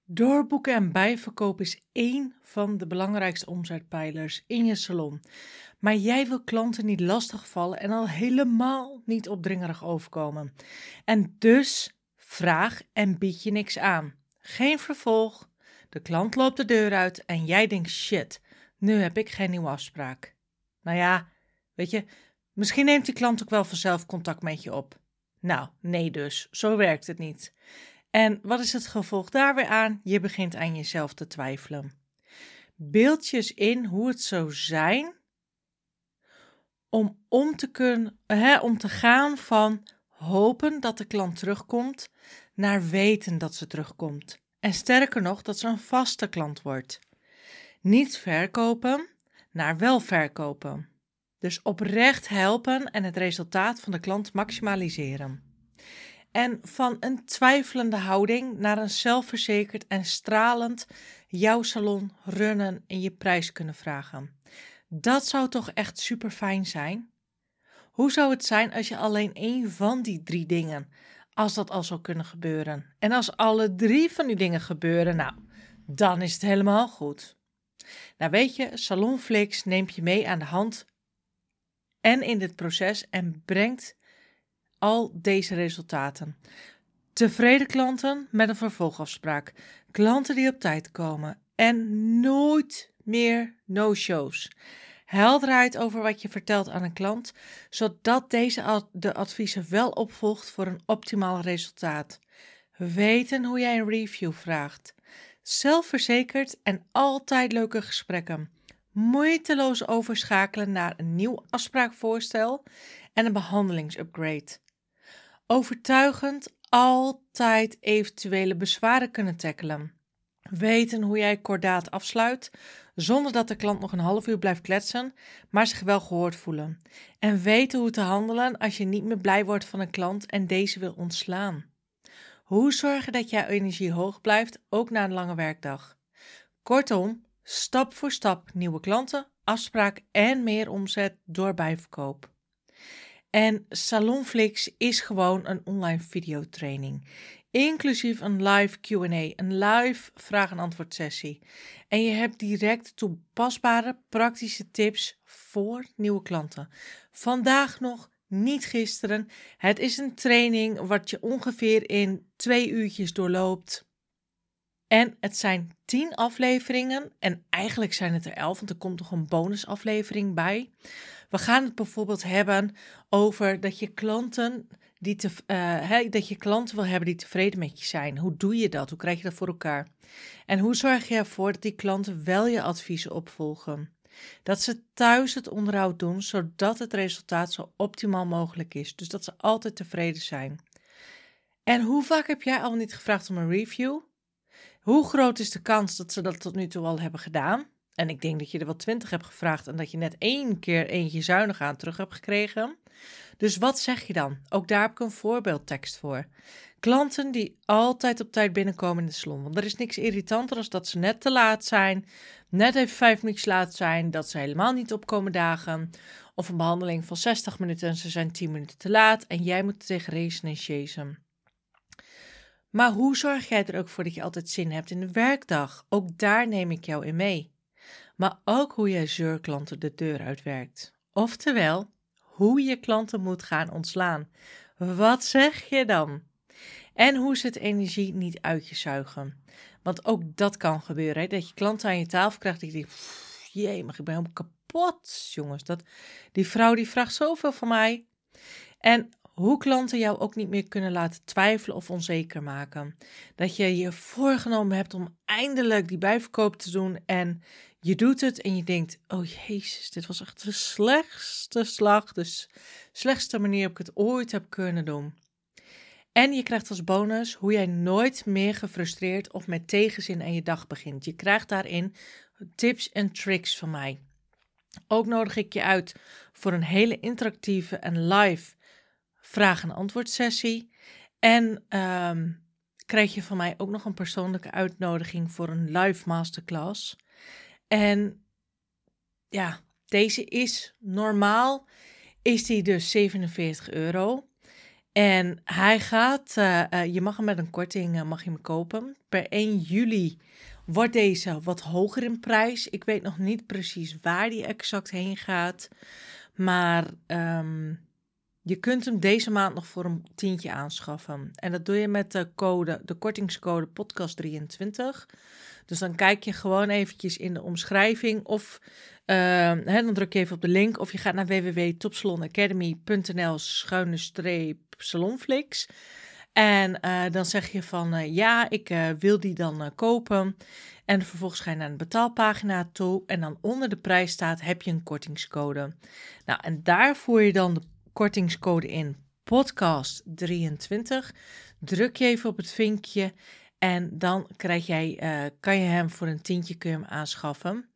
Doorboeken en bijverkoop is één van de belangrijkste omzetpijlers in je salon. Maar jij wil klanten niet lastigvallen en al helemaal niet opdringerig overkomen. En dus vraag en bied je niks aan. Geen vervolg. De klant loopt de deur uit en jij denkt shit, nu heb ik geen nieuwe afspraak. Nou ja, weet je, misschien neemt die klant ook wel vanzelf contact met je op. Nou, nee dus, zo werkt het niet. En wat is het gevolg daar weer aan? Je begint aan jezelf te twijfelen. Beeld je eens in hoe het zou zijn om te gaan van hopen dat de klant terugkomt naar weten dat ze terugkomt. En sterker nog, dat ze een vaste klant wordt. Niet verkopen naar wel verkopen. Dus oprecht helpen en het resultaat van de klant maximaliseren. En van een twijfelende houding naar een zelfverzekerd en stralend jouw salon runnen en je prijs kunnen vragen. Dat zou toch echt super fijn zijn? Hoe zou het zijn als je alleen één van die 3 dingen, als dat al zou kunnen gebeuren? En als alle 3 van die dingen gebeuren, nou, dan is het helemaal goed. Nou weet je, Salonflix neemt je mee aan de hand en in dit proces en brengt al deze resultaten. Tevreden klanten met een vervolgafspraak. Klanten die op tijd komen. En nooit meer no-shows. Helderheid over wat je vertelt aan een klant, zodat deze de adviezen wel opvolgt voor een optimaal resultaat. Weten hoe jij een review vraagt. Zelfverzekerd en altijd leuke gesprekken. Moeiteloos overschakelen naar een nieuw afspraakvoorstel en een behandelingsupgrade. Overtuigend altijd eventuele bezwaren kunnen tackelen. Weten hoe jij kordaat afsluit, zonder dat de klant nog een half uur blijft kletsen, maar zich wel gehoord voelen. En weten hoe te handelen als je niet meer blij wordt van een klant en deze wil ontslaan. Hoe zorgen dat jouw energie hoog blijft, ook na een lange werkdag. Kortom, stap voor stap nieuwe klanten, afspraak en meer omzet door bijverkoop. En Salonflix is gewoon een online videotraining, inclusief een live Q&A, een live vraag- en antwoord sessie. En je hebt direct toepasbare praktische tips voor nieuwe klanten. Vandaag nog, niet gisteren. Het is een training wat je ongeveer in 2 uurtjes doorloopt. En het zijn 10 afleveringen en eigenlijk zijn het er 11, want er komt nog een bonusaflevering bij. We gaan het bijvoorbeeld hebben over dat je klanten wil hebben die tevreden met je zijn. Hoe doe je dat? Hoe krijg je dat voor elkaar? En hoe zorg je ervoor dat die klanten wel je adviezen opvolgen? Dat ze thuis het onderhoud doen, zodat het resultaat zo optimaal mogelijk is. Dus dat ze altijd tevreden zijn. En hoe vaak heb jij al niet gevraagd om een review? Hoe groot is de kans dat ze dat tot nu toe al hebben gedaan? En ik denk dat je er wel 20 hebt gevraagd en dat je net 1 keer eentje zuinig aan terug hebt gekregen. Dus wat zeg je dan? Ook daar heb ik een voorbeeldtekst voor. Klanten die altijd op tijd binnenkomen in de salon. Want er is niks irritanter dan dat ze net te laat zijn, net even 5 minuutjes laat zijn, dat ze helemaal niet opkomen dagen. Of een behandeling van 60 minuten en ze zijn 10 minuten te laat en jij moet tegen racen en chasen. Maar hoe zorg jij er ook voor dat je altijd zin hebt in de werkdag? Ook daar neem ik jou in mee. Maar ook hoe jij zeurklanten de deur uitwerkt. Oftewel, hoe je klanten moet gaan ontslaan. Wat zeg je dan? En hoe ze het energie niet uit je zuigen. Want ook dat kan gebeuren, hè? Dat je klanten aan je tafel krijgt die denkt, jee, maar ik ben helemaal kapot, jongens. Die vrouw die vraagt zoveel van mij. En hoe klanten jou ook niet meer kunnen laten twijfelen of onzeker maken. Dat je je voorgenomen hebt om eindelijk die bijverkoop te doen en je doet het en je denkt, oh jezus, dit was echt de slechtste slag, de slechtste manier op ik het ooit heb kunnen doen. En je krijgt als bonus hoe jij nooit meer gefrustreerd of met tegenzin aan je dag begint. Je krijgt daarin tips en tricks van mij. Ook nodig ik je uit voor een hele interactieve en live vraag- en antwoord sessie. En krijg je van mij ook nog een persoonlijke uitnodiging voor een live masterclass. En ja, deze is normaal, is die dus €47. En hij gaat, je mag hem met een korting mag je hem kopen. Per 1 juli wordt deze wat hoger in prijs. Ik weet nog niet precies waar die exact heen gaat. Maar je kunt hem deze maand nog voor een tientje aanschaffen. En dat doe je met de kortingscode podcast23. Dus dan kijk je gewoon eventjes in de omschrijving of dan druk je even op de link of je gaat naar www.topsalonacademy.nl/salonflix. En dan zeg je van ja, ik wil die dan kopen. En vervolgens ga je naar de betaalpagina toe. En dan onder de prijs staat, heb je een kortingscode. Nou, en daar voer je dan de kortingscode in, podcast23. Druk je even op het vinkje en dan kan je hem voor een tientje aanschaffen.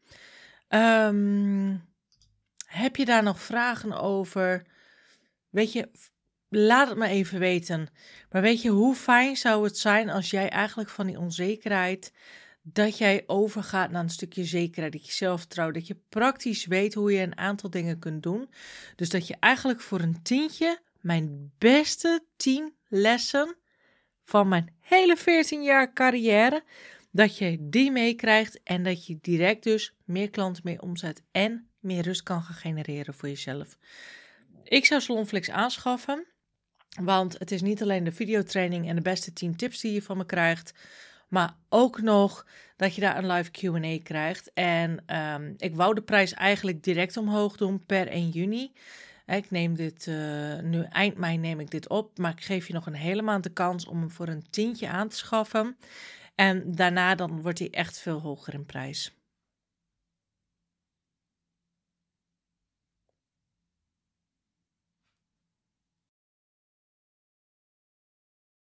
Heb je daar nog vragen over? Weet je, laat het me even weten. Maar weet je, hoe fijn zou het zijn als jij eigenlijk van die onzekerheid, dat jij overgaat naar een stukje zekerheid, dat je zelfvertrouwen, dat je praktisch weet hoe je een aantal dingen kunt doen. Dus dat je eigenlijk voor een tientje mijn beste 10 lessen van mijn hele 14 jaar carrière, dat je die meekrijgt en dat je direct dus meer klanten, meer omzet en meer rust kan gaan genereren voor jezelf. Ik zou Salonflix aanschaffen, want het is niet alleen de videotraining en de beste 10 tips die je van me krijgt, maar ook nog dat je daar een live Q&A krijgt. En ik wou de prijs eigenlijk direct omhoog doen per 1 juni. Ik neem dit, nu eind mei neem ik dit op, maar ik geef je nog een hele maand de kans om hem voor een tientje aan te schaffen. En daarna dan wordt hij echt veel hoger in prijs.